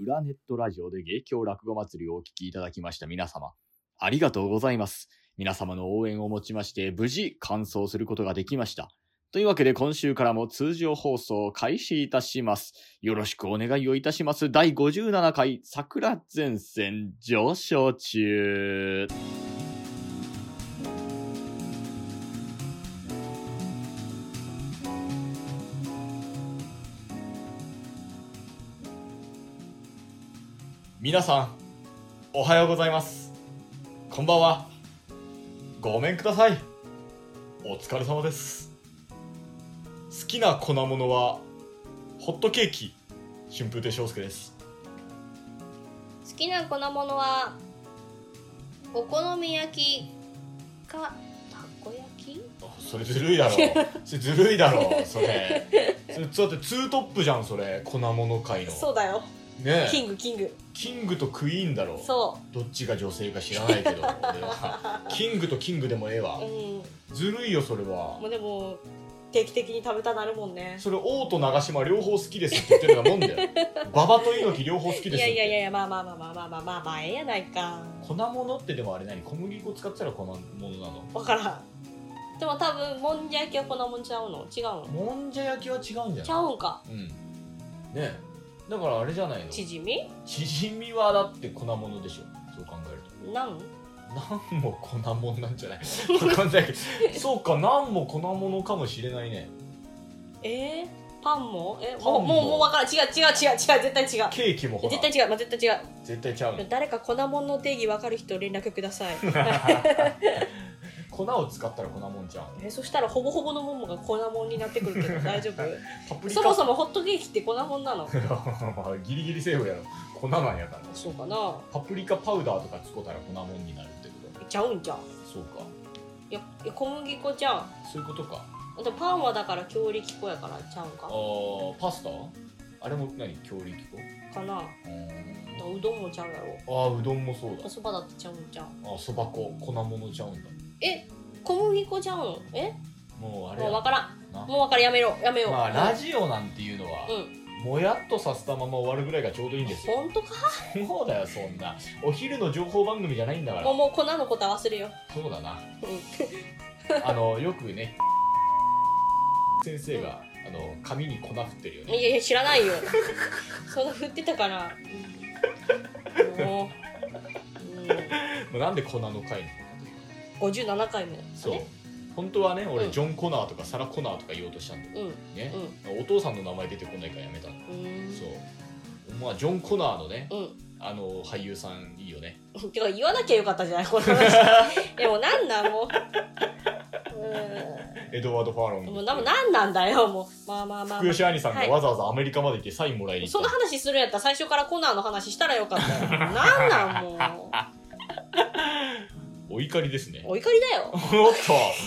裏ネットラジオで芸協落語祭りをお聞きいただきました皆様、ありがとうございます。皆様の応援をもちまして無事完走することができました。というわけで今週からも通常放送を開始いたします。よろしくお願いをいたします。第57回桜前線上昇中。皆さん、おはようございます。こんばんは。ごめんください。お疲れ様です。好きな粉物はホットケーキ。春風亭昇介です。 好きな粉物はお好み焼きかたこ焼き。 それずるいだろ。それずるいだろ。それだってツートップじゃん。それ粉物界の。 そうだよねえ、 キングとクイーンだろ。 そうどっちが女性か知らないけど俺はキングとキングでもええわ、ずるいよそれは。 もうでも定期的に食べたなるもんね。 それ王と長島両方好きですって言ってるようなもんだよ。馬場と猪木両方好きですって。 いやまあええやないか。 粉物ってでもあれ何、小麦粉使ってたら粉物なの？ わからん。でも多分もんじゃ焼きは粉物ちゃうの？違うの？ もんじゃ焼きは違うんじゃない？ ちゃうんか。 ねえ、だからあれじゃないの？ チヂミはだって粉物でしょ、そう考えると。 なんも粉物なんじゃない？わかんないけどそうか、なんも粉物かもしれないね。 パンも？ パンももうわからん。違う絶対違う。 ケーキもほら絶対違う。絶対違う。 絶対ちゃうの。 誰か粉物の定義わかる人連絡ください。 粉を使ったら粉もんじゃん。 そしたらほぼほぼのもんが粉もんになってくるけど大丈夫？ パプリカそもそもホットケーキって粉もんなの？ まあギリギリセーフやろ。粉なんやから。 そうかな。 パプリカパウダーとか使ったら粉もんになるってこと？ ちゃうんじゃん。 そうか。 いや小麦粉じゃん。 そういうことか。 あとパンはだから強力粉やからちゃうんか。 パスタあれも何、強力粉かな。うどんもちゃうやろ。うどんもそうだ。 そばだってちゃうんじゃん。 そば粉粉物ちゃうんだ。 小麦粉ちゃうの？ もうあれもう分からん。もう分からん。やめよう。 まあラジオなんていうのは、もやっとさせたまま終わるぐらいがちょうどいいんですよ。 本当か？ そうだよ、そんなお昼の情報番組じゃないんだから。 もう粉のことは忘れよ。 そうだな。よくね先生が、紙に粉振ってるよね。 いや知らないよ。そんな振ってたからもうなんで粉の回の 57回目。 そう本当はね、俺、ジョン・コナーとかサラ・コナーとか言おうとしたんだよ、ね、お父さんの名前出てこないからやめたの。そうまあジョン・コナーのね、俳優さんいいよね。 てか言わなきゃよかったじゃないこの話。いやもうなんなんもうエドワード・ファーロンもうなんなんだよもう。まあ福吉兄さんがわざわざアメリカまで行ってサインもらいに行った。 その話するんやったら最初からコナーの話したらよかったよ。なんなんもうお怒りですね。 お怒りだよ。 おっと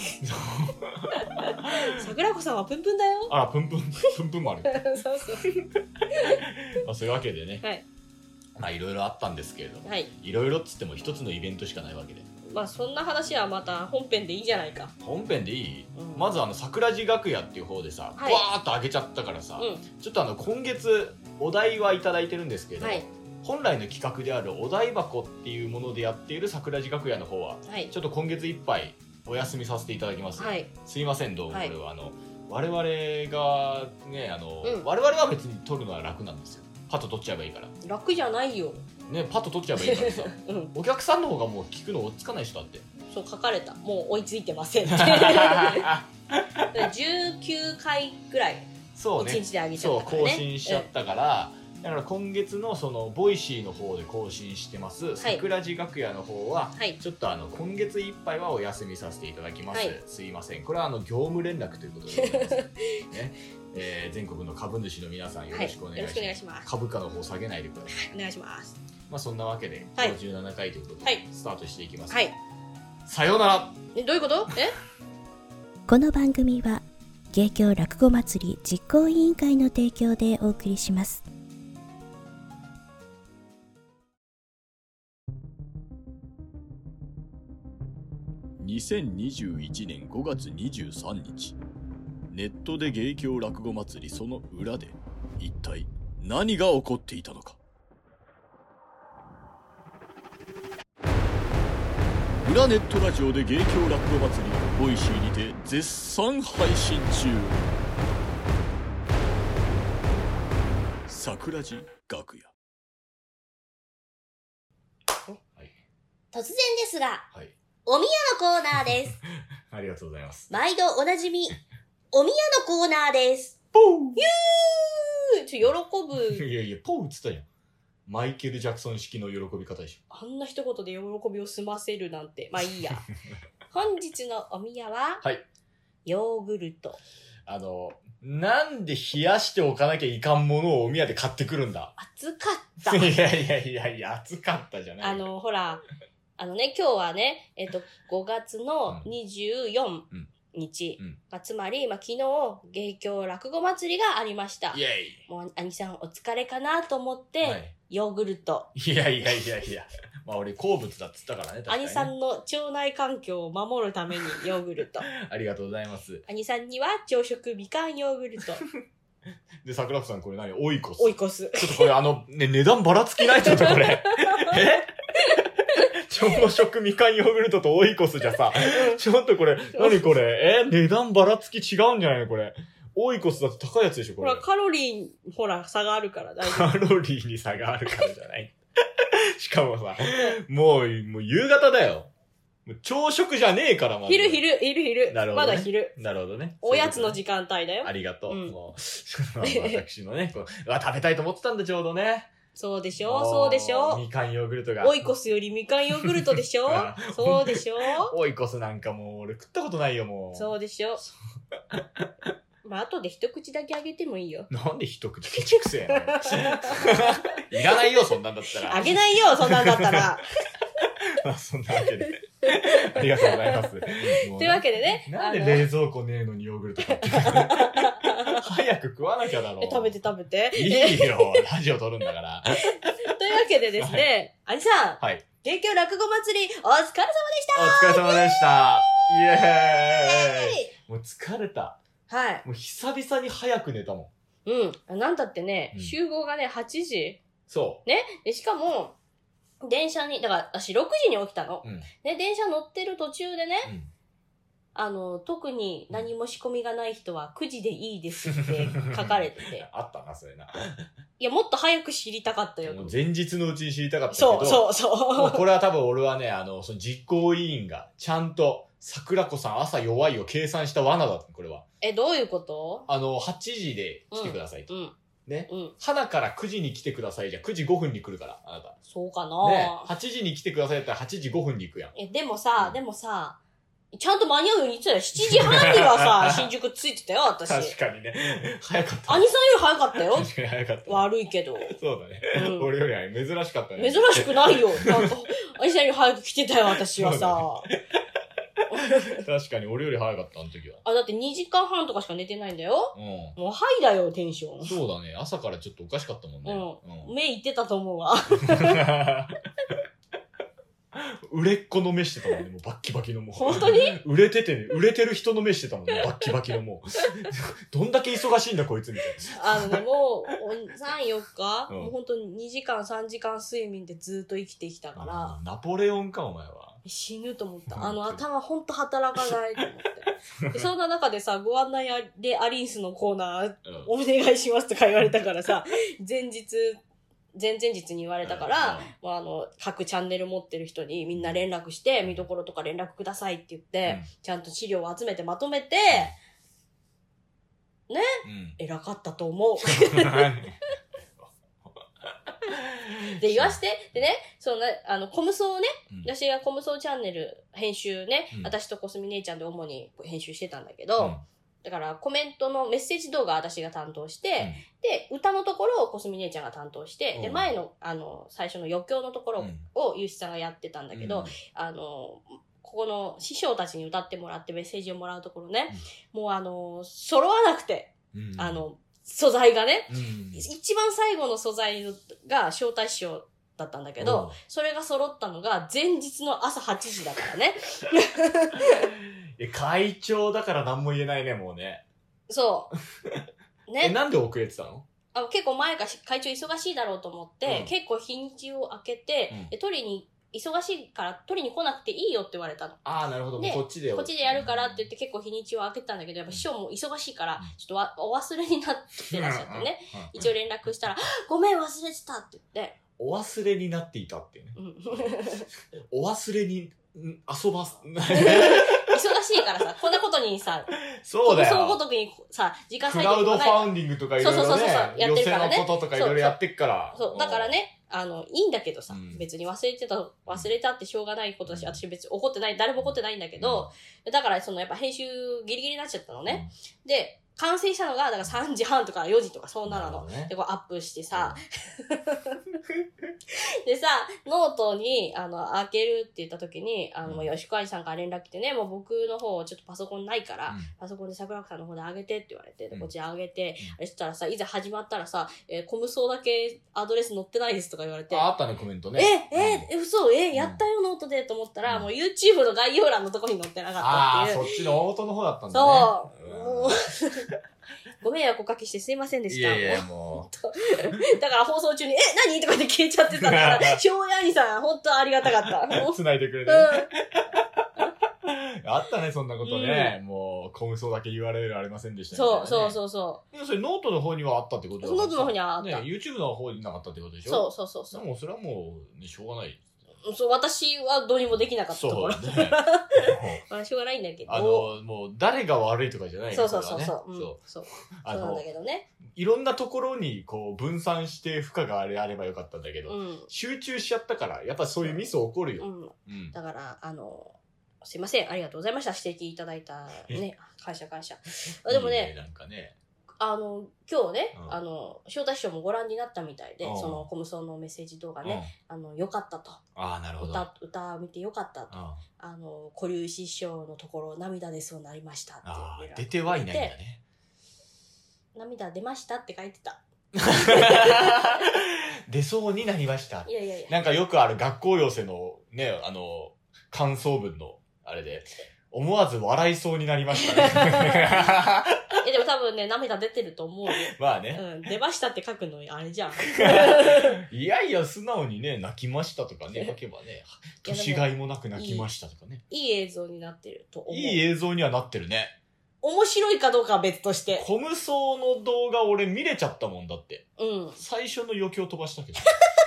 桜子さんはプンプンだよ。 あら、プンプンもある。 そうそういうわけでね、 はい、 いろいろあったんですけれども、いろいろっつっても一つのイベントしかないわけで、 まあそんな話はまた本編でいいじゃないか。 本編でいい？まず桜地楽屋っていう方でさ、バーッと上げちゃったからさ、ちょっと今月お題はいただいてるんですけれども、本来の企画であるお題箱っていうものでやっている桜地楽屋の方は、ちょっと今月いっぱいお休みさせていただきます。すいません、どうも。これは我々がね、我々は別に取るのは楽なんですよ。パッと取っちゃえばいいから。楽じゃないよね、パッと取っちゃえばいいからさ、お客さんの方がもう聞くの追っつかない人だって。 そう書かれた。もう追いついてませんって19回ぐらい1日で上げちゃったからね。 更新しちゃったから、だから今月のそのボイシーの方で更新してます桜地楽屋の方は、ちょっと今月いっぱいはお休みさせていただきます。すいません。これは業務連絡ということでございますね。全国の株主の皆さんよろしくお願いします。株価の方下げないでください。 お願いします。 まあそんなわけで57回ということでスタートしていきます。 さようなら。 どういうこと？ この番組は芸協落語祭り実行委員会の提供でお送りします。 2021年5月23日、ネットで芸協落語祭りその裏で一体何が起こっていたのか。 裏ネットラジオで芸協落語祭りボイシーにて絶賛配信中。桜地楽屋。 突然ですが、 はい、 おみやのコーナーです。 ありがとうございます。 毎度おなじみ、おみやのコーナーです。 ポー喜ぶ。 いやいや、ポーっつったじゃん。マイケル・ジャクソン式の喜び方でしょ。 あんな一言で喜びを済ませるなんて。まあいいや。本日のおみやは、 はい。 ヨーグルト。 なんで冷やしておかなきゃいかんものをおみやで買ってくるんだ。 暑かった。 いや、暑かったじゃない。 ほら、今日はね、5月の24日。つまり、昨日、芸協落語祭りがありました。 イェイ。 もう、兄さんお疲れかなと思って、はい、ヨーグルト。 いや。まあ俺好物だっつったからね。 兄さんの腸内環境を守るためにヨーグルト。 ありがとうございます。 兄さんには朝食みかんヨーグルト。 で、桜子さんこれ何？オイコス。 オイコス。 ちょっとこれ値段ばらつきないちょっとこれ。朝食みかんヨーグルトとオイコスじゃさ、ちょっとこれ、何これ値段ばらつき違うんじゃないのこれ。オイコスだって高いやつでしょこれ。 ほら、カロリー、差があるから大丈夫。カロリーに差があるからじゃない。しかもさ、もう夕方だよ。朝食じゃねえから、まだ。 昼。 なるほど、ね。 まだ昼。 なるほどね。 おやつの時間帯だよ。 ありがとう。もう私のね、食べたいと思ってたんだ、ちょうどね。 そうでしょ。 みかんヨーグルトが。 オイコスよりみかんヨーグルトでしょ。そうでしょ。 オイコスなんかもう俺食ったことないよ、もう。 そうでしょ。後で一口だけあげてもいいよ。 なんで一口ケチくせえのいらないよ、そんなんだったら。 あげないよ、そんなんだったら。 そんなわけで。ありがとうございます。というわけでね。 なんで冷蔵庫ねえのにヨーグルト買ってくる早く食わなきゃだろ。 食べて。 いいよ、ラジオ撮るんだから。 というわけでですね、兄さん。はい。芸協落語祭り、お疲れ様でした。 お疲れ様でした。イエーイ。もう疲れた。 はい。 もう久々に早く寝たもん。なんだってね、集合がね、8時。 そう。 ね。で、しかも、電車に、だから私6時に起きたの。で、電車乗ってる途中でね、特に何も仕込みがない人は9時でいいですって書かれてて。 あったな、それな。 いや、もっと早く知りたかったよ。 前日のうちに知りたかったけど。 そう。 これは多分俺はね、その実行委員がちゃんと、桜子さん朝弱いを計算した罠だった、これは。 どういうこと？ 8時で来てくださいと。ね。花から9時に来てくださいじゃ、9時5分に来るから、あなた。 そうかなね。8時に来てくださいだったら8時5分に行くやん。 でもさ、ちゃんと間に合うように言ってたよ。7時半にはさ、新宿着いてたよ、私。 確かにね。早かった。 兄さんより早かったよ。 確かに早かった。 悪いけど。 そうだね。俺よりは珍しかったね。 珍しくないよ。なんか、兄さんより早く来てたよ、私はさ。 確かに俺より早かった、あの時は。 だって2時間半とかしか寝てないんだよ。もうはいだよ、テンション。 そうだね。朝からちょっとおかしかったもんね。 目いってたと思うわ。 売れっ子の目してたもんね、もうバッキバキのもう。 本当に売れてる人の目してたもんね、バッキバキのもう。どんだけ忙しいんだこいつみたいな。 もう、3、4日、もう本当に2時間、3時間睡眠でずっと生きてきたから。 ナポレオンか、お前は。 死ぬと思った。頭ほんと働かないと思って。そんな中でさ、ご案内でアリンスのコーナー、お願いしますとか言われたからさ、前々日に言われたから、各チャンネル持ってる人にみんな連絡して、見どころとか連絡くださいって言って、ちゃんと資料を集めてまとめて、ね、偉かったと思う。で、言わして、でね、コムソをね、私がコムソチャンネル編集ね、私とコスミ姉ちゃんで主に編集してたんだけど、だからコメントのメッセージ動画私が担当して、で、歌のところをコスミ姉ちゃんが担当して、で、前の、最初の余興のところをゆうしさんがやってたんだけど、ここの師匠たちに歌ってもらってメッセージをもらうところね、もう揃わなくて、素材がね、一番最後の素材が招待師匠だったんだけど、それが揃ったのが前日の朝8時だからね。 会長だから何も言えないね、もうね。 そう。ね。 なんで遅れてたの？ 結構前から会長忙しいだろうと思って、結構日にちを空けて、取りに忙しいから取りに来なくていいよって言われたの。 ああ、なるほど。 で、 こっちでやるからって言って結構日にちを空けてたんだけど、やっぱ師匠も忙しいから、ちょっとお忘れになってらっしゃってね。一応連絡したら、ごめん忘れてたって言って。 お忘れになっていたっていうね。お忘れに、遊ばす。 忙しいからさ、こんなことにさ、 そうだよ。 そうごとくにさ、時間割いてクラウドファウンディングとかいろいろね、 やってるからね。 寄せのこととかいろいろやってっから。 そう、だからね、いいんだけどさ、別に忘れたってしょうがないことだし、私別に怒ってない、誰も怒ってないんだけど、だからやっぱ編集ギリギリになっちゃったのね。で、完成したのが、だから3時半とか4時とかそんなの。で、こうアップしてさ、でさ、ノートに、開けるって言った時に、吉川さんから連絡来てね、もう僕の方、ちょっとパソコンないから、パソコンで桜子さんの方で上げてって言われて、こっち上げて、そしたらさ、いざ始まったらさ、コムソーだけアドレス載ってないですとか言われて。 あったね、コメントね。 嘘、やったよ、ノートでと思ったら、もう YouTube の概要欄のとこに載ってなかったっていう。 そっちのオートの方だったんだね。 そう。もうご迷惑おかけしてすいませんでした。 いやもう。だから放送中に、何とかで消えちゃってたから、しょうやにさん、本当ありがたかった。 繋いでくれて、ね。あったね、そんなことね。もう、コムソだけ言われるありませんでしたね。 そう。 それノートの方にはあったってことだノートの方にはあった。 YouTube の方になかったってことでしょ。 そう。 でもそれはもう、ね、しょうがない。 そう、私はどうにもできなかったところ。 そうね。 まあ、しょうがないんだけど。 もう、誰が悪いとかじゃないそう。そうなんだけどね。 いろんなところに、こう、分散して負荷があればよかったんだけど、集中しちゃったから、やっぱそういうミス起こるよ。 だから、すいません、ありがとうございました。指摘いただいたね。感謝。でもね、 なんかね。 今日ね、翔太師匠もご覧になったみたいで、そのコムソのメッセージ動画ね、良かったと。 なるほど。 歌を見て良かったと。小龍師匠のところ涙出そうになりましたって。 出てはいないんだね。 涙出ましたって書いてた。 出そうになりました。 いや。 なんかよくある学校寄せのね、感想文の、あれで、思わず笑いそうになりましたね。 でも多分ね、涙出てると思うよ。 まあね。 出ましたって書くのあれじゃん。 いや、素直にね、泣きましたとかね、書けばね、年がいもなく泣きましたとかね。 いい映像になってると思う。 いい映像にはなってるね。 面白いかどうかは別として。 コムソの動画俺見れちゃったもんだって。最初の余興飛ばしたけど。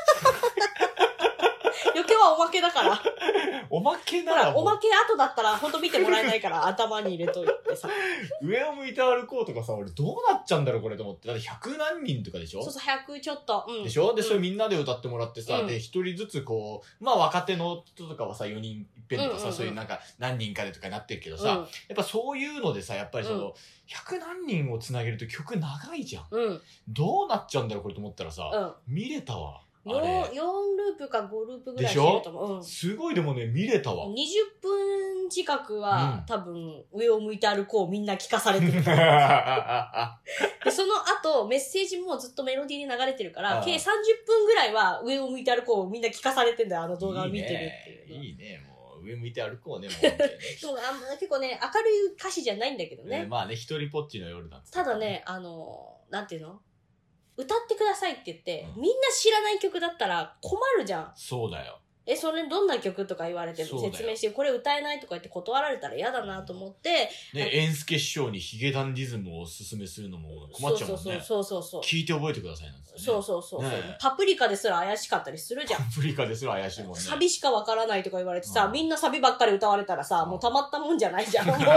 余興はおまけだから。 おまけならおまけ後だったら本当見てもらえないから頭に入れといてさ。 上を向いて歩こうとかさ、俺どうなっちゃうんだろうこれと思って。だって100何人とかでしょ。 そう、100ちょっと。 でしょ。で、それみんなで歌ってもらってさ、で、一人ずつこう、まあ若手の人とかはさ、4人いっぺんとかさ、そういうなんか何人かでとかになってるけどさ、やっぱそういうのでさ、やっぱりその、100何人をつなげると曲長いじゃん。どうなっちゃうんだろうこれと思ったらさ、見れたわ。 4ループか5ループぐらいしてると思う。 すごいでもね、見れたわ。 20分近くは、多分、上を向いて歩こうみんな聞かされてる。で、その後、メッセージもずっとメロディーで流れてるから、計30分ぐらいは上を向いて歩こうみんな聞かされてんだよ、あの動画を見てるっていう。 いいね、もう。上向いて歩こうね、もう。 でも結構ね、明るい歌詞じゃないんだけどね。 まあね、一人ぽっちの夜なんです。 ただね、なんていうの？歌ってくださいって言って、みんな知らない曲だったら困るじゃん。 そうだよ。 それどんな曲とか言われて説明して、これ歌えないとか言って断られたら嫌だなと思って。 ね、エンスケ師匠にヒゲダンディズムをおすすめするのも困っちゃうもんね。 そう。 聞いて覚えてくださいなんですよね。そう。パプリカですら怪しかったりするじゃん。 パプリカですら怪しいもんね。 サビしかわからないとか言われてさ、みんなサビばっかり歌われたらさ、もうたまったもんじゃないじゃん。ね。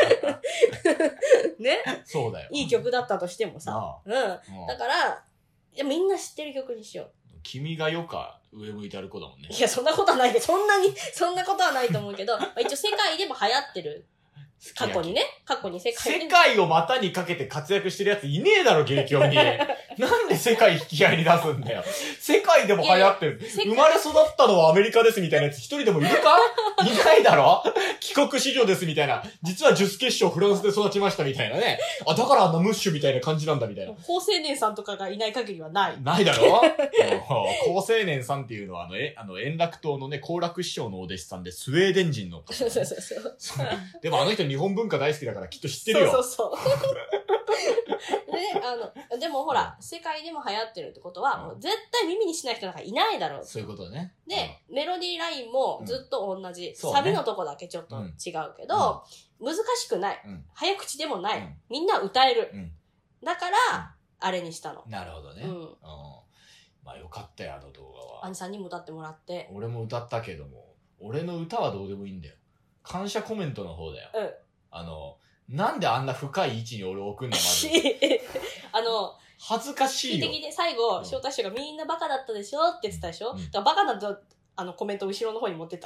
そうだよ。 いい曲だったとしてもさ。だから、みんな知ってる曲にしよう。 君がよか上向いて歩こうだもんね。 いや、そんなことはないけど、そんなことはないと思うけど、一応世界でも流行ってる。過去に世界を股にかけて活躍してるやついねえだろ、芸協に。なんで世界引き合いに出すんだよ。世界でも流行ってる。生まれ育ったのはアメリカですみたいなやつ一人でもいるかいないだろ。帰国子女ですみたいな。実はジュス決勝フランスで育ちましたみたいなね。だからあんなムッシュみたいな感じなんだみたいな。 高青年さんとかがいない限りはない。 ないだろ。高青年さんっていうのは円楽島のね、好楽師匠のお弟子さんでスウェーデン人の方、ね。 そう。 でもあの人日本文化大好きだからきっと知ってるよ。 そう。 でもほら、世界でも流行ってるってことは、もう絶対耳にしない人なんかいないだろう。 そういうことね。 で、メロディーラインもずっと同じ。サビのとこだけちょっと違うけど、難しくない。早口でもない。みんな歌える。だから、あれにしたの。 なるほどね。まあよかったよ、あの動画は。 兄さんにも歌ってもらって。 俺も歌ったけども、俺の歌はどうでもいいんだよ。感謝コメントの方だよ。なんであんな深い位置に俺置くんだ、まず。恥ずかしいよ。 聞いて最後、翔太師匠がみんなバカだったでしょって言ってたでしょ、だからバカだと、コメント後ろの方に持ってった。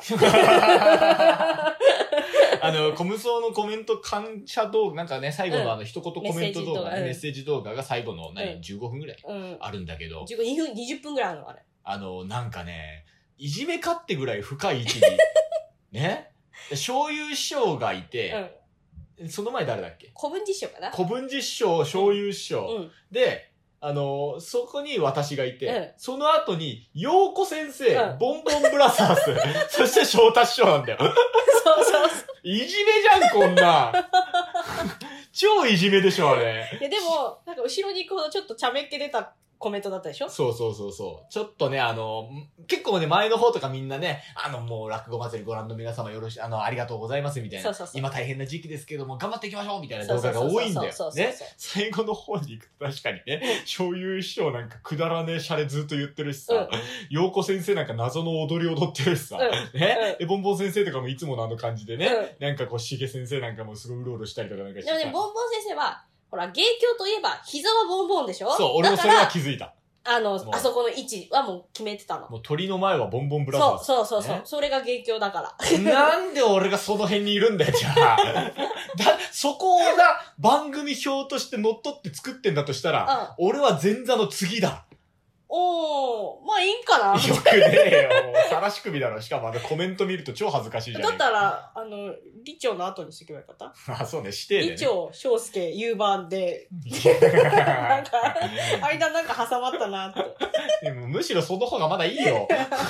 コムソーのコメント感謝動画、なんかね、最後の一言コメント動画、メッセージ動画が最後の15分ぐらいあるんだけど。 20分ぐらいあるの、あれ。 なんかね、いじめかってぐらい深い位置に、ね。醤油師匠がいて、その前誰だっけ？ 古文実師匠かな？ 古文実師匠、醤油師匠。で、そこに私がいて、その後に、陽子先生、ボンボンブラザーズ、そして翔太師匠なんだよ。 そうそう。 いじめじゃん、こんな。超いじめでしょ、あれ。 いや、でも、なんか後ろに行くほどちょっと茶目っ気出たコメントだったでしょ？ そうそうそうそう。ちょっとね、結構ね、前の方とかみんなね、もう落語祭りご覧の皆様ありがとうございますみたいな。今大変な時期ですけども、頑張っていきましょうみたいな動画が多いんだよ。ね。最後の方に行くと確かにね、醤油師匠なんかくだらねえシャレずっと言ってるしさ、陽子先生なんか謎の踊り踊ってるしさ、ね。で、ボンボン先生とかもいつもの感じでね、なんかこう、しげ先生なんかもすごいうろうろしたりとかなんかして。 でもね、ボンボン先生は、ほら、芸協といえば、膝はボンボンでしょ？ そう、俺もそれは気づいた。 あそこの位置はもう決めてたの。 もう鳥の前はボンボンブラザーズ。 そう。それが芸協だから。 なんで俺がその辺にいるんだよ、じゃあ。そこが番組表として乗っ取って作ってんだとしたら、俺は前座の次だ。 まあいいんかな。 よくねえよ。もう、さらし首だろ。しかもコメント見ると超恥ずかしいじゃん。 だったら、李長の後にしとけばよかった？ あ、そうね、指定で、ね。 李長、翔介、夕番で、なんか、間なんか挟まったなって。 でもむしろその方がまだいいよ。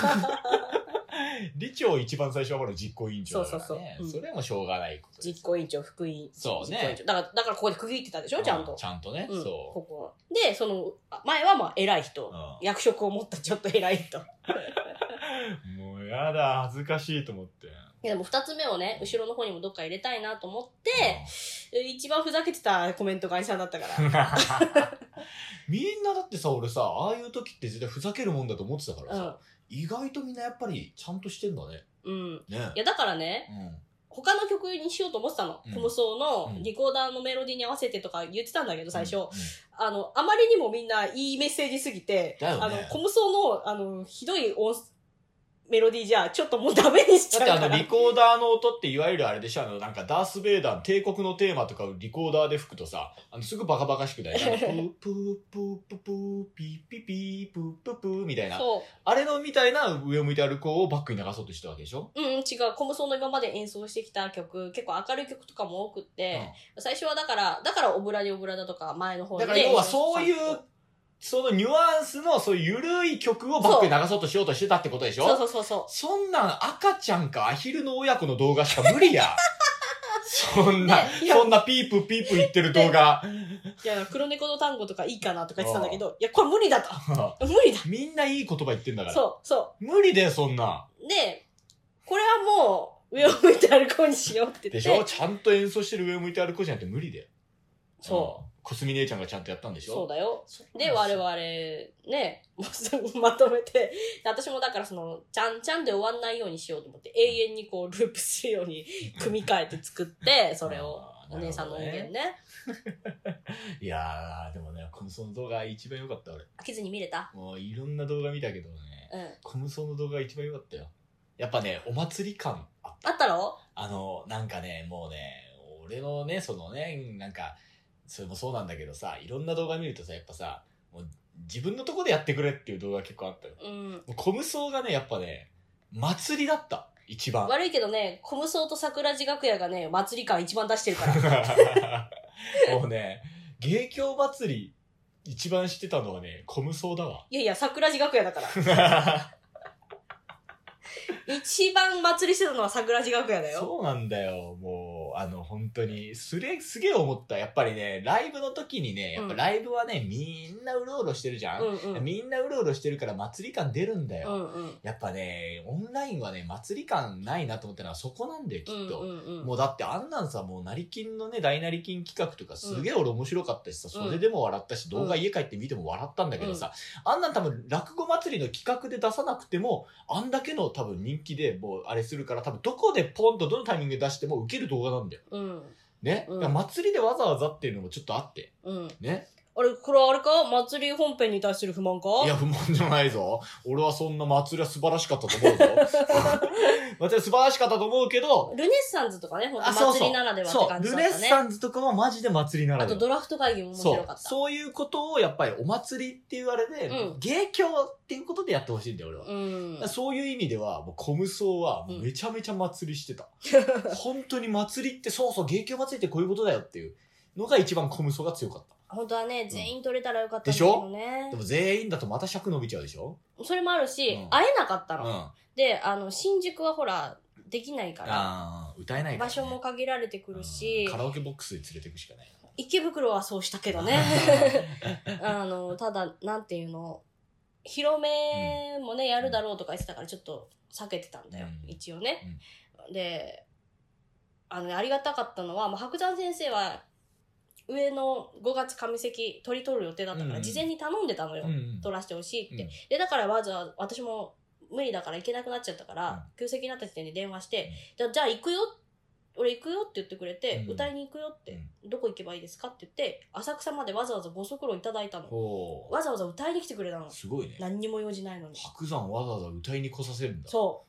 李長一番最初はまだ実行委員長だからね。それもしょうがないことです。 実行委員長、副委員長。 そうね。 だからここで区切ってたでしょ、ちゃんと。 ちゃんとね。そう。 ここ。で、前はまあ偉い人。役職を持ったちょっと偉い人。 もうやだ、恥ずかしいと思って。 いやでも二つ目をね、後ろの方にもどっか入れたいなと思って、一番ふざけてたコメントが兄さんだったから。 みんなだってさ、俺さ、ああいう時って絶対ふざけるもんだと思ってたからさ、意外とみんなやっぱりちゃんとしてんだね。ね。 いやだからね、他の曲にしようと思ってたの。コムソーのリコーダーのメロディーに合わせてとか言ってたんだけど、最初。あまりにもみんないいメッセージすぎて、コムソーの、ひどいメロディーじゃ、ちょっともうダメにしちゃうから。 だってリコーダーの音っていわゆるあれでしょ、なんかダース・ベイダーの帝国のテーマとかをリコーダーで吹くとさ、すぐバカバカしくない？プープープープープーピーピーピープープープーみたいな。そう。あれのみたいな上を向いて歩こうをバックに流そうとしたわけでしょ？ 違う。コムソーの今まで演奏してきた曲、結構明るい曲とかも多くって、最初はだからオブラディオブラダとか前の方で。 だから要はそういう、そのニュアンスのそういう緩い曲をバックに流そうとしようとしてたってことでしょ？ そう。 そんなん赤ちゃんかアヒルの親子の動画しか無理や。そんなピープピープ言ってる動画。 いや、黒猫の単語とかいいかなとか言ってたんだけど、いや、これ無理だと。無理だ。 みんないい言葉言ってんだから。 そう。 無理だよ、そんな。 で、これはもう、上を向いて歩こうにしようって言って。 でしょ？ちゃんと演奏してる上を向いて歩こうじゃなくて無理だよ。 そう。 コスミ姉ちゃんがちゃんとやったんでしょ？ そうだよ。で、我々、ね、まとめて、私もだからちゃんちゃんで終わんないようにしようと思って、永遠にこう、ループするように組み替えて作って、それを、お姉さんの音源ね。 いやー、でもね、コムソの動画一番良かった、俺。 飽きずに見れた？ もういろんな動画見たけどね、コムソの動画一番良かったよ。やっぱね、お祭り感あった。 あったろ？ なんかね、もうね、俺のね、なんか、それもそうなんだけどさ、いろんな動画見るとさ、やっぱさ、もう自分のとこでやってくれっていう動画結構あったよ。もうコムソがね、やっぱね、祭りだった。一番。 悪いけどね、コムソと桜地楽屋がね、祭り感一番出してるから。 もうね、芸協祭り一番知ってたのはね、コムソだわ。 いや、桜地楽屋だから。一番祭りしてたのは桜地楽屋だよ。 そうなんだよ。も本当に、すげえ思った。やっぱりね、ライブの時にね、やっぱライブはね、みんなうろうろしてるじゃん、うんうん、みんなうろうろしてるから祭り感出るんだよ、うんうん。やっぱね、オンラインはね、祭り感ないなと思ったのはそこなんだよ、きっと。うんうんうん、もうだってあんなんさ、もう成金のね、大成金企画とかすげえ俺面白かったしさ、それでも笑ったし、動画家帰って見ても笑ったんだけどさ、あんなん多分落語祭りの企画で出さなくても、あんだけの多分人気でもうあれするから、多分どこでポンとどのタイミングで出しても受ける動画なんだよ。うん、ね、うん、祭りでわざわざっていうのもちょっとあって。うん、ね。 これあれか祭り本編に対する不満か？ いや、不満じゃないぞ。俺はそんな祭りは素晴らしかったと思うぞ。祭り素晴らしかったと思うけど。 ルネッサンズとかね、ほんと祭りならではって感じだったね。 そう、ルネッサンズとかもマジで祭りならでは。 あとドラフト会議も面白かった。 そういうことをやっぱりお祭りって言われて、うん、芸協っていうことでやってほしいんだよ、俺は。うん、そういう意味では、もうコムソはめちゃめちゃ祭りしてた。うん、本当に祭りって、そうそう、芸協祭りってこういうことだよっていうのが一番コムソが強かった。 本当はね、全員取れたらよかったんだけどね。 でも全員だとまた尺伸びちゃうでしょ？ それもあるし、会えなかったの。うん、で、新宿はほら、できないから。 歌えないから、ね。 場所も限られてくるし。 カラオケボックスに連れてくしかない。 池袋はそうしたけどね。ただ、なんていうの、広めもね、やるだろうとか言ってたからちょっと避けてたんだよ。一応ね。で、ありがたかったのは、白山先生は、上の5月上席取る予定だったから、事前に頼んでたのよ。取らせてほしいって。で、だからわざわざ私も無理だから行けなくなっちゃったから、空席になった時点で電話して、じゃあ行くよ、俺行くよって言ってくれて、歌いに行くよって、どこ行けばいいですかって言って、浅草までわざわざご足労いただいたの。わざわざ歌いに来てくれたの。 すごいね。 何にも用事ないのに。 白山わざわざ歌いに来させるんだ。 そう。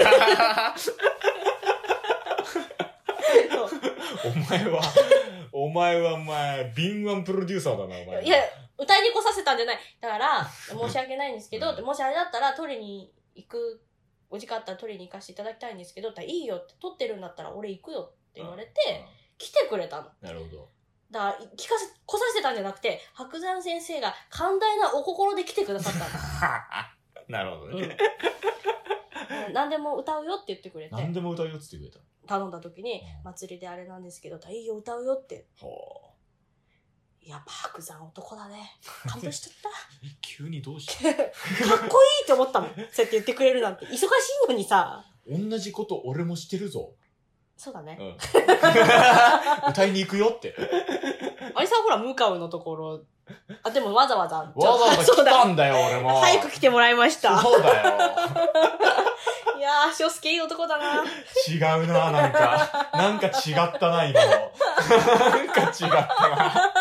お前は敏腕プロデューサーだな、お前。 いや、歌いに来させたんじゃない。だから、申し訳ないんですけど、もしあれだったら取りに行く、お時間あったら取りに行かせていただきたいんですけど、いいよって、取ってるんだったら俺行くよって言われて、来てくれたの。 なるほど。 だから、来させたんじゃなくて、白山先生が寛大なお心で来てくださったんだ。なるほどね。 何でも歌うよって言ってくれて。 何でも歌うよって言ってくれた。 頼んだ時に、祭りであれなんですけど、いいよ歌うよって。やっぱ白山男だね。感動しちゃった。 急にどうしたかっこいいって思ったもん。そうやって言ってくれるなんて。忙しいのにさ。 同じこと俺もしてるぞ。 そうだね。 うん、歌いに行くよって。 あれさ、ほら、向かうのところ。でもわざわざ来たんだよ、俺も。 早く来てもらいました。 そうだよ。 いやー、翔介いい男だな。 違うな、なんか違ったな、今の。なんか違ったな。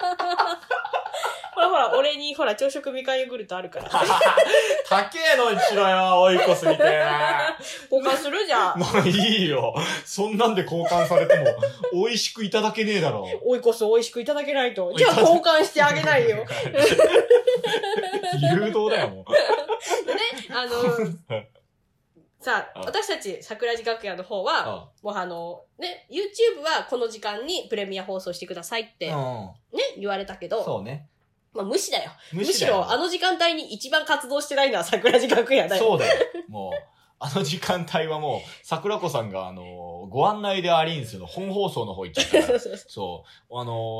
ほら、俺に、朝食みかんヨーグルトあるから。 高えのにしろよ、オイコスみたいな。 交換するじゃん。 まあいいよ。そんなんで交換されても、美味しくいただけねえだろ。 オイコス美味しくいただけないと。じゃあ交換してあげないよ。 誘導だよ、もう。ね、さあ、私たち、桜地楽屋の方は、もうYouTube はこの時間にプレミア放送してくださいって、ね、言われたけど、 そうね。 まあ無視だよ。むしろ、あの時間帯に一番活動してないのは桜地楽屋だよ。 そうだよ。もう、あの時間帯はもう、桜子さんがご案内でありんすの本放送の方行っちゃったから。そう。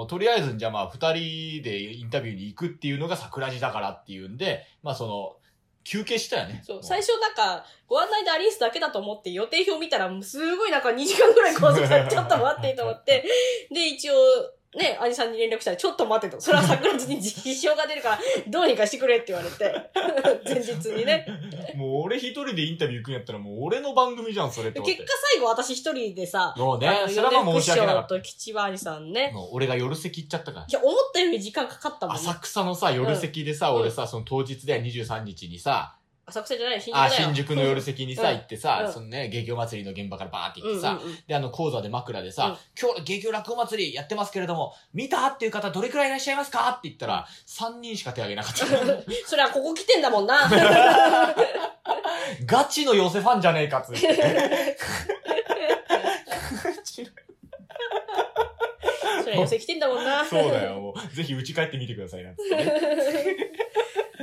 とりあえず、じゃあまあ、二人でインタビューに行くっていうのが桜地だからっていうんで、まあ休憩したよね。 そう。最初ご案内でアリンスだけだと思って予定表見たら、すごい2時間ぐらい拘束されて、ちょっと待ってと思って。で、一応、ね、兄さんに連絡したら、ちょっと待ってと。それは桜地に支障が出るから、どうにかしてくれって言われて。前日にね。 もう俺一人でインタビュー行くんやったら、もう俺の番組じゃん、それって。 結果最後私一人でさ、 もうね、それは申し訳なかった。 と吉場兄さんね。 もう俺が夜席行っちゃったから。 いや、思ったより時間かかったもんね。 浅草のさ、夜席でさ、俺さ、その当日で23日にさ、 浅草じゃない、新宿だよ。 新宿の夜席にさ、行ってさ、そのね、芸協祭りの現場からバーって行ってさ、で、講座で枕でさ、今日芸協落語祭りやってますけれども、見たっていう方どれくらいいらっしゃいますかって言ったら、3人しか手挙げなかった。 それはここ来てんだもんな。 ガチの寄せファンじゃねえかつって。 それ寄せ来てんだもんな。 そうだよ、もう。ぜひ家帰ってみてくださいな、つってね。そ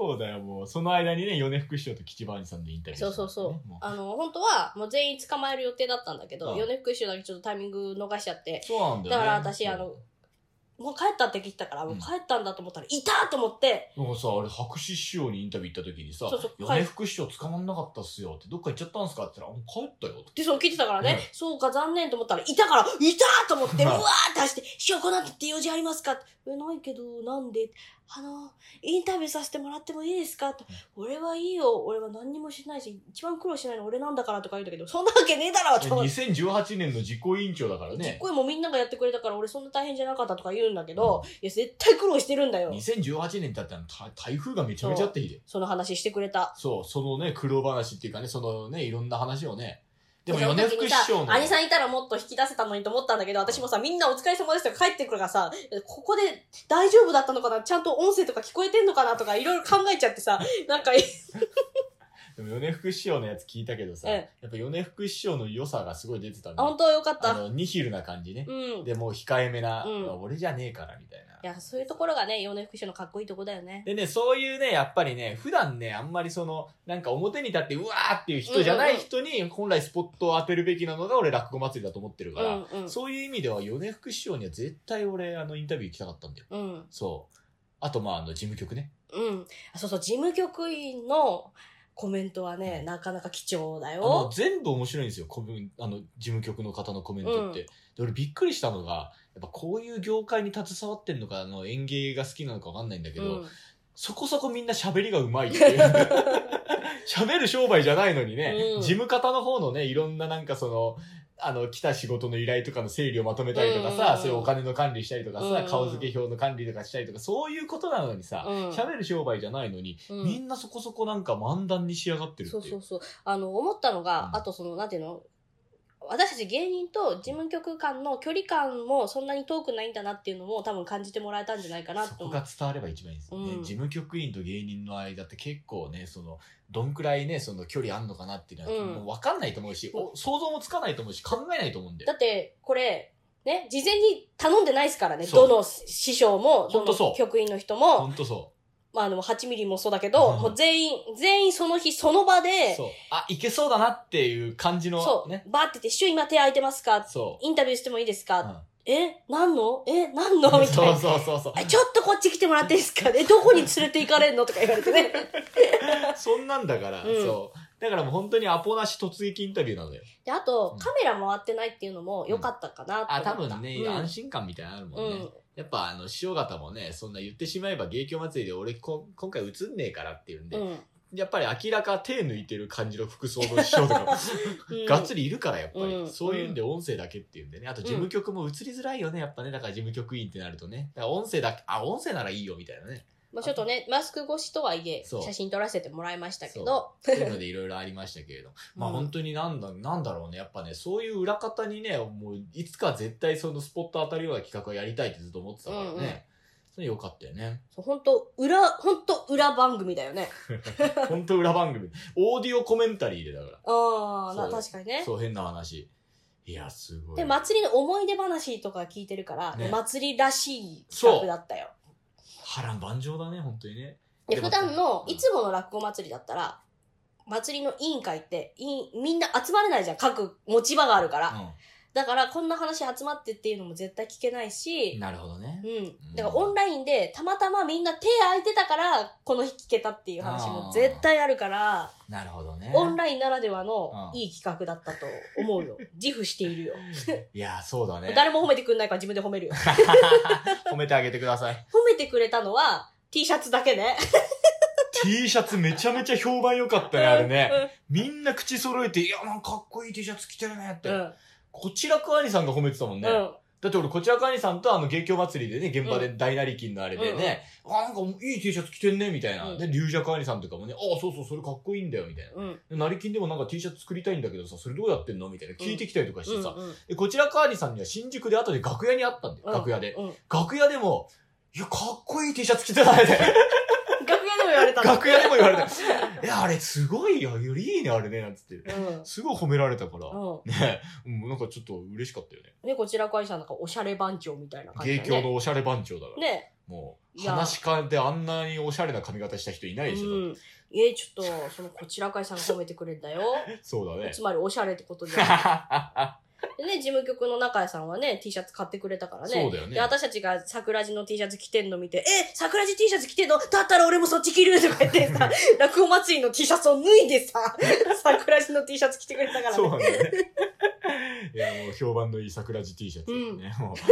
そうだよ、もう。その間にね、米福師匠と吉場兄さんのインタビュー、ね。 そう。本当は、もう全員捕まえる予定だったんだけど、米福師匠だけちょっとタイミング逃しちゃって。 そうなんだよね。 だから私、もう帰ったって聞いたから、もう帰ったんだと思ったら、いたと思って。 なんかさ、あれ、白紙師匠にインタビュー行った時にさ、米福師匠捕まんなかったっすよって、どっか行っちゃったんすかって言ったら、もう帰ったよって。 で、そう聞いてたからね、そうか、残念と思ったら、いたから、いたと思って、うわーって走って、師匠この後って用事ありますかって、ないけど、なんでインタビューさせてもらってもいいですかって、俺はいいよ、俺は何にもしないし、一番苦労しないの俺なんだからとか言うんだけど、そんなわけねえだろって思って。 2018年の実行委員長だからね。 実行委員もみんながやってくれたから、俺そんな大変じゃなかったとか言うんだけど、いや、絶対苦労してるんだよ。 2018年だったら台風がめちゃめちゃあっていいで。 その話してくれた。 そう、そのね、苦労話っていうかね、そのね、いろんな話をね、でも米福師匠の兄さんいたらもっと引き出せたのにと思ったんだけど、私もさ、みんなお疲れ様ですとか帰ってくるからさ、ここで大丈夫だったのかな、ちゃんと音声とか聞こえてんのかなとかいろいろ考えちゃってさ、なんかでも米福師匠のやつ聞いたけどさ、やっぱ米福師匠の良さがすごい出てたね。 本当よかった。 ニヒルな感じね。で、もう控えめな、俺じゃねえからみたいな。 いや、そういうところがね、米福師匠のかっこいいとこだよね。 でね、そういうね、やっぱりね、普段ね、あんまりなんか表に立ってうわーっていう人じゃない人に、本来スポットを当てるべきなのが俺落語祭りだと思ってるから、そういう意味では米福師匠には絶対俺、インタビュー行きたかったんだよ。そう。あと、事務局ね。 そう、事務局員の、コメントはね、なかなか貴重だよ。 全部面白いんですよ、事務局の方のコメントって。で、俺びっくりしたのが、やっぱこういう業界に携わってんのか、演芸が好きなのかわかんないんだけど、そこそこみんな喋りがうまいっていう。喋る商売じゃないのにね、事務方の方のね、いろんななんか来た仕事の依頼とかの整理をまとめたりとかさ、そういうお金の管理したりとかさ、顔付け表の管理とかしたりとか、そういうことなのにさ、喋る商売じゃないのに、みんなそこそこなんか漫談に仕上がってるっていう。 そう。思ったのが、あとなんていうの、私たち芸人と事務局間の距離感もそんなに遠くないんだなっていうのも多分感じてもらえたんじゃないかなと思う。 そこが伝われば一番いいですよね。事務局員と芸人の間って結構ね、どんくらいね、距離あんのかなっていうのは、もう分かんないと思うし、想像もつかないと思うし、考えないと思うんで。 だって、これ、ね、事前に頼んでないですからね。どの師匠も、どの局員の人も。 ほんとそう。 8ミリもそうだけど、もう全員その日その場で、 そう。いけそうだなっていう感じの、ね。 そう。バーって言って、師匠今手空いてますか？そう。インタビューしてもいいですか？何のみたいな。 そう。 ちょっとこっち来てもらっていいですか？どこに連れて行かれんのとか言われてね。 そんなんだから、そう。だからもう本当にアポなし突撃インタビューなのよ。 で、あと、カメラ回ってないっていうのも良かったかなって思った。 多分ね、安心感みたいなのあるもんね。やっぱ師匠方もね、そんな言ってしまえば芸協祭りで俺今回映んねえからっていうんで、やっぱり明らか手抜いてる感じの服装の師匠とかがっつりいるからやっぱり、そういうんで音声だけっていうんでね、あと事務局も映りづらいよね、やっぱね。だから事務局員ってなるとね、だから音声ならいいよみたいなね。 ちょっとね、マスク越しとはいえ、写真撮らせてもらいましたけど。 そういうのでいろいろありましたけれど。本当になんだろうね。やっぱね、そういう裏方にね、もういつか絶対スポット当たるような企画をやりたいってずっと思ってたからね。それよかったよね。 本当裏番組だよね。 本当裏番組。オーディオコメンタリーでだから。 確かにね。 そう、変な話。いや、すごい。 で、祭りの思い出話とか聞いてるから、祭りらしい企画だったよ。 波乱万丈だね、本当にね。 普段の、いつもの落語祭りだったら、祭りの委員会って、みんな集まれないじゃん。各持ち場があるから。だから、こんな話集まってっていうのも絶対聞けないし。 なるほどね。 だから、オンラインで、たまたまみんな手空いてたから、この日聞けたっていう話も絶対あるから。 なるほどね。 オンラインならではのいい企画だったと思うよ。自負しているよ。 いや、そうだね。 誰も褒めてくんないから自分で褒めるよ。 褒めてあげてください。 褒めてくれたのは T シャツだけね。 T シャツめちゃめちゃ評判良かったね、あれね。みんな口揃えて、いや、なんかかっこいい T シャツ着てるねって。こちらく兄さんが褒めてたもんね。だって俺、こちらく兄さんと芸協祭りでね、現場で大なり金のあれでね、なんかいい T シャツ着てんね、みたいな。で、龍尺兄さんとかもね、そう、それかっこいいんだよ、みたいな。成金でもなんか T シャツ作りたいんだけどさ、それどうやってんのみたいな。聞いてきたりとかしてさ。で、こちらく兄さんには新宿で後で楽屋にあったんだよ、楽屋で。楽屋でも、いや、かっこいい T シャツ着てたね、って。楽屋でも言われた。いや、あれすごいよ。よりいいね、あれね、なんつって。すごい褒められたから。ね。なんかちょっと嬉しかったよね。 ね、こちら会社なんかおしゃれ番長みたいな感じ芸協のおしゃれ番長だから。 ね。 もう話し家であんなにおしゃれな髪型した人いないでしょ、 ちょっとそのこちらかいさんが褒めてくれんだよ。 そうだね。 つまりおしゃれってことじゃん。でね、事務局の中谷さんはね、T シャツ買ってくれたからね。 そうだよね。 で、私たちが桜地の T シャツ着てんの見て、桜地 T シャツ着てんのだったら俺もそっち着るとか言ってさ、落語祭りの T シャツを脱いでさ、桜地の T シャツ着てくれたからね。 そうなんだよね。いや、もう評判のいい桜地 T シャツですね。もう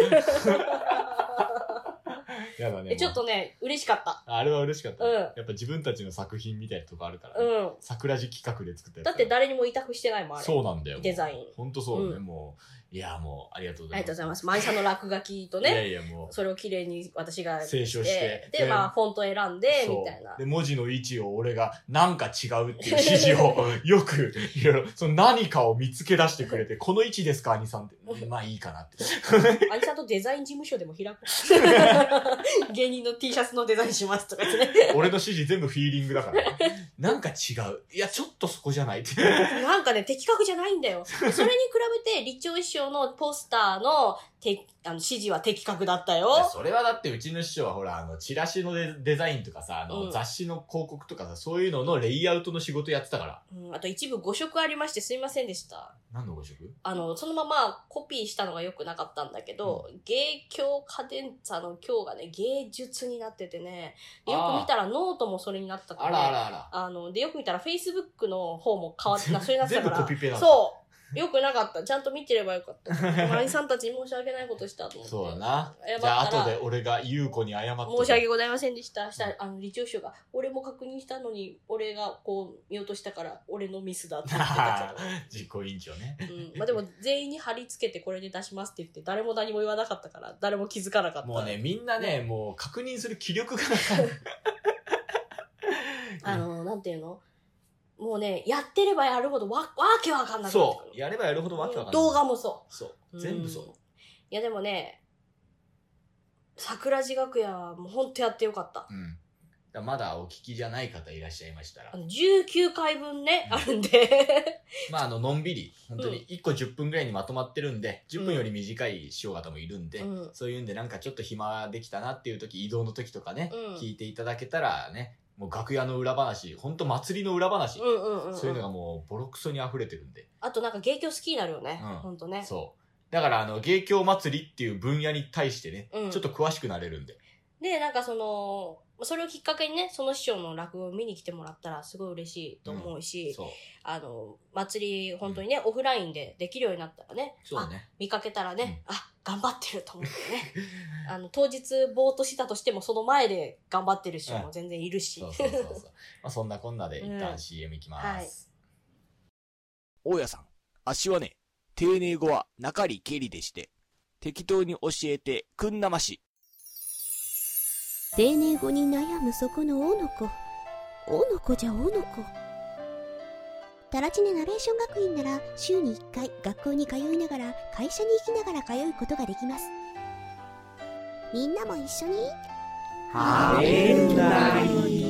やだね。 ちょっとね、嬉しかった。 あれは嬉しかった。やっぱ自分たちの作品みたいなとこあるからね。桜地企画で作ったやつ。 だって誰にも委託してないもん、あれ。 そうなんだよ。 デザイン。 ほんとそうね、もう。いや、もう、ありがとうございます。 ありがとうございます。毎社の落書きとね。 いやもう。 それを綺麗に私が清書して。 で、まあ、フォント選んで、みたいな。 で、文字の位置を俺が、なんか違うっていう指示を、よく、いろいろ、その何かを見つけ出してくれて、この位置ですか、兄さんって。まあいいかなって。 兄さんとデザイン事務所でも開く。芸人の T シャツのデザインしますとか言ってね。 俺の指示全部フィーリングだから。なんか違う。いや、ちょっとそこじゃないって。 なんかね、的確じゃないんだよ。それに比べて、立教師匠のポスターの指示は的確だったよ。 それはだってうちの師匠はほら、チラシのデザインとかさ、雑誌の広告とかさ、そういうののレイアウトの仕事やってたから。 あと一部誤植ありましてすいませんでした。 何の誤植？ そのままコピーしたのが良くなかったんだけど、芸協カデンツァの今日がね、芸術になっててね、よく見たらノートもそれになったから、ね。 あら。 で、よく見たら Facebook の方も変わってそれになってたから。 全部コピペなの。 そう。よくなかった。ちゃんと見てればよかった。兄さんたちに申し訳ないことしたと思って。 そうだな。じゃあ後で俺が優子に謝って。 申し訳ございませんでした。したら、理長師が、俺も確認したのに、俺がこう見落としたから、俺のミスだって言ってたけど。 実行委員長ね。 まあでも全員に貼り付けてこれで出しますって言って、誰も何も言わなかったから、誰も気づかなかった。 もうね、みんなね、もう確認する気力がなんていうの？もうね、やってればやるほどわけわかんなくなってくる。 そう。やればやるほどわけわかんない。 動画もそう。 そう。全部そう。 いやでもね、桜地楽屋はもうほんとやってよかった。 まだお聞きじゃない方いらっしゃいましたら。 19回分ね、あるんで。 まあのんびり、本当に1個10分ぐらいにまとまってるんで、10分より短い師匠方もいるんで、そういうんでなんかちょっと暇できたなっていう時、移動の時とかね、聞いていただけたらね、もう楽屋の裏話、ほんと祭りの裏話、そういうのがもうボロクソに溢れてるんで。あとなんか芸協好きになるよね、ほんとね。 そう。だから芸協祭りっていう分野に対してね、ちょっと詳しくなれるんで。 で、なんかそれをきっかけにね、その師匠の落語を見に来てもらったらすごい嬉しいと思うし、祭り本当にね、オフラインでできるようになったらね、見かけたらね、頑張ってると思ってね。当日ぼーっとしたとしても、その前で頑張ってる人も全然いるし。 そう。そんなこんなで一旦 CM いきます。 大家さん、あっしはね、丁寧語は中里けりでして、適当に教えてくんなまし。 丁寧語に悩むそこのおの子。おの子じゃおの子。タラチネナレーション学院なら週に1回学校に通いながら会社に行きながら通うことができます。みんなも一緒にはれるなり。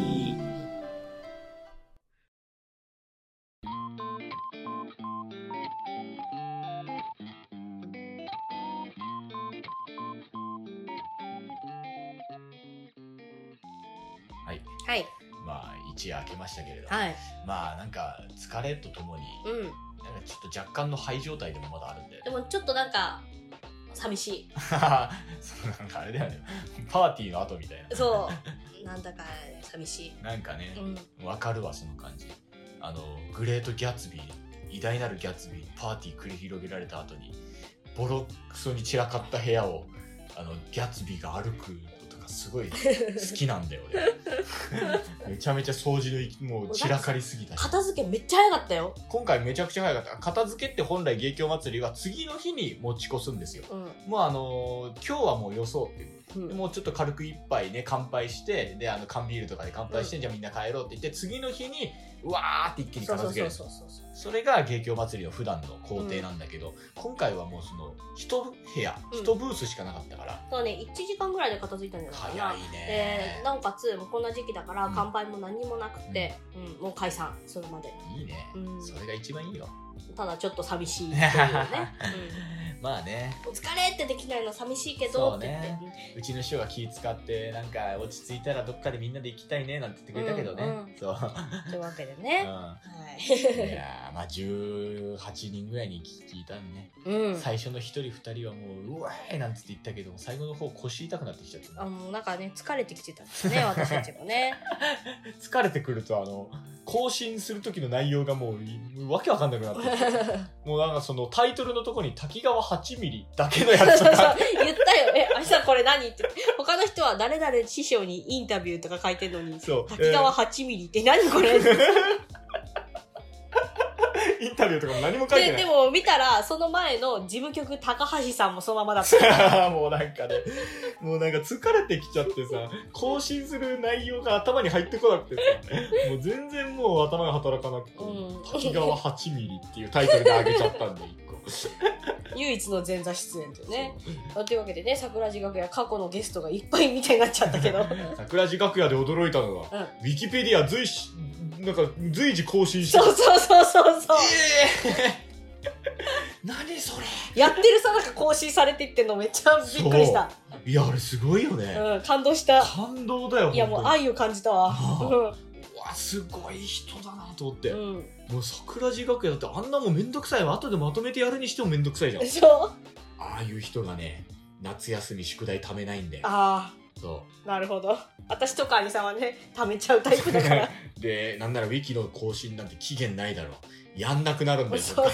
はい。まあ一夜明けましたけれども、まあなんか疲れとともに、なんかちょっと若干の肺状態でもまだあるんで。 でもちょっとなんか寂しい。 そうなんかあれだよね。パーティーの後みたいな。 そう。なんだか寂しい。 なんかね、わかるわその感じ。グレートギャツビー、偉大なるギャツビー、パーティー繰り広げられた後に、ボロクソに散らかった部屋をギャツビーが歩く。すごい好きなんだよ俺。めちゃめちゃ掃除のもう散らかりすぎたし、 片付けめっちゃ早かったよ。 今回めちゃくちゃ早かった。片付けって本来芸協祭りは次の日に持ち越すんですよ。もう今日はもうよそうっていう、もうちょっと軽く一杯ね乾杯して、で缶ビールとかで乾杯して、じゃあみんな帰ろうって言って次の日にうわーって一気に片付ける。それが芸協祭りの普段の工程なんだけど、今回はもうその一部屋、一ブースしかなかったから、 そうね、1時間ぐらいで片付いたんじゃないかな。 早いね。 なおかつもうこんな時期だから乾杯も何にもなくて、もう解散それまで。 いいね、それが一番いいよ。 ただちょっと寂しいっていうね、 まあね、 お疲れってできないの寂しいけどって言って、 うちの師匠が気使ってなんか落ち着いたらどっかでみんなで行きたいねなんて言ってくれたけどね、そうというわけでね、 いやまあ18人ぐらいに聞いたんね、最初の1人2人はもううわーいなんて言ったけど最後の方腰痛くなってきちゃって、 もうなんかね疲れてきてたんですね私たちもね疲れてくると更新する時の内容がもうわけわかんなくなってもうなんかそのタイトルのとこに滝川8ミリだけのやつとか言ったよ、明日これ何って他の人は誰々師匠にインタビューとか書いてるのに滝川8ミリって何これインタビューとかも何も書いてない。 でも見たらその前の事務局高橋さんもそのままだったもうなんかね、もうなんか疲れてきちゃってさ、更新する内容が頭に入ってこなくてさ、もう全然もう頭が働かなくて、滝川8ミリっていうタイトルで上げちゃったんで、1個。 唯一の前座出演というね。というわけでね、桜地楽屋過去のゲストがいっぱいみたいになっちゃったけど。 桜地楽屋で驚いたのが、ウィキペディア随時更新してそう。 何それやってるさなか更新されていってんのめっちゃびっくりした。 いやあれすごいよね。 感動した。 感動だよ。 いやもう愛を感じたわ。 すごい人だなと思って、もう桜地楽屋だってあんなもんめんどくさいわ、後でまとめてやるにしてもめんどくさいじゃん。 そうああいう人がね、夏休み宿題貯めないんだよ。そうなるほど。私とか兄さんはね貯めちゃうタイプだからでなんならウィキの更新なんて期限ないだろう、やんなくなるんだよ。 そう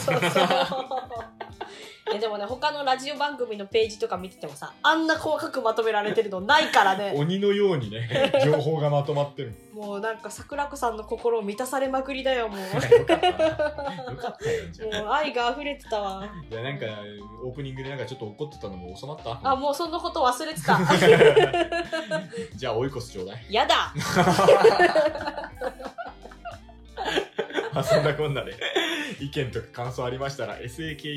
でもね、他のラジオ番組のページとか見ててもさ、あんな細かくまとめられてるのないからね鬼のようにね情報がまとまってるもうなんか桜子さんの心を満たされまくりだよもうよかったよじゃあもう愛が溢れてたわ。 じゃあなんかオープニングでなんかちょっと怒ってたのも収まった？ もうそんなこと忘れてたじゃあ追い越すちょうだい。 やだそんなこんなで意見とか感想ありましたら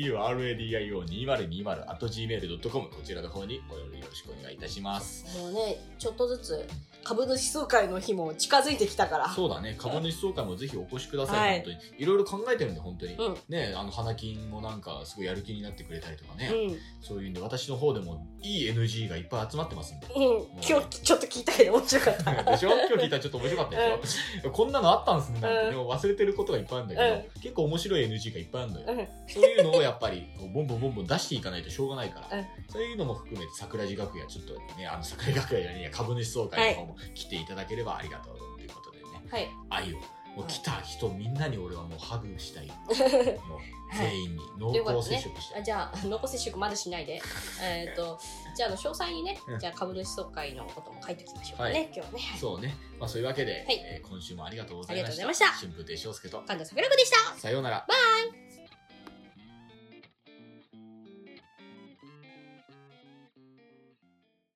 sakuradio2020@gmail.com こちらの方におよろしくお願いいたします。 もうねちょっとずつ株主総会の日も近づいてきたから。 そうだね、株主総会もぜひお越しください。本当にいろいろ考えてるんで本当に、ね、花金もなんかすごいやる気になってくれたりとかね、そういうんで私の方でもいい NG がいっぱい集まってますんで、 今日ちょっと聞いたけど面白かったでしょ。今日聞いたらちょっと面白かったでしょ、こんなのあったんすねなんて、でも忘れてることがいっぱいあるんだけど、結構面白い NG がいっぱいあるのよ、そういうのをやっぱりこうボンボン出していかないとしょうがないから、そういうのも含めて桜地楽屋ちょっとね、桜地楽屋や株主総会の方も来ていただければありがとうということでね、愛をもう来た人みんなに俺はもうハグしたいもう全員に濃厚接触したい、 じゃあ濃厚接触まだしないでじゃあ詳細にね、じゃあ株主総会のことも書いておきましょうかね、今日ね。 そうね、そういうわけで、今週もありがとうございました。春風亭昇介と神田桜子でした。 さようなら。 バイ。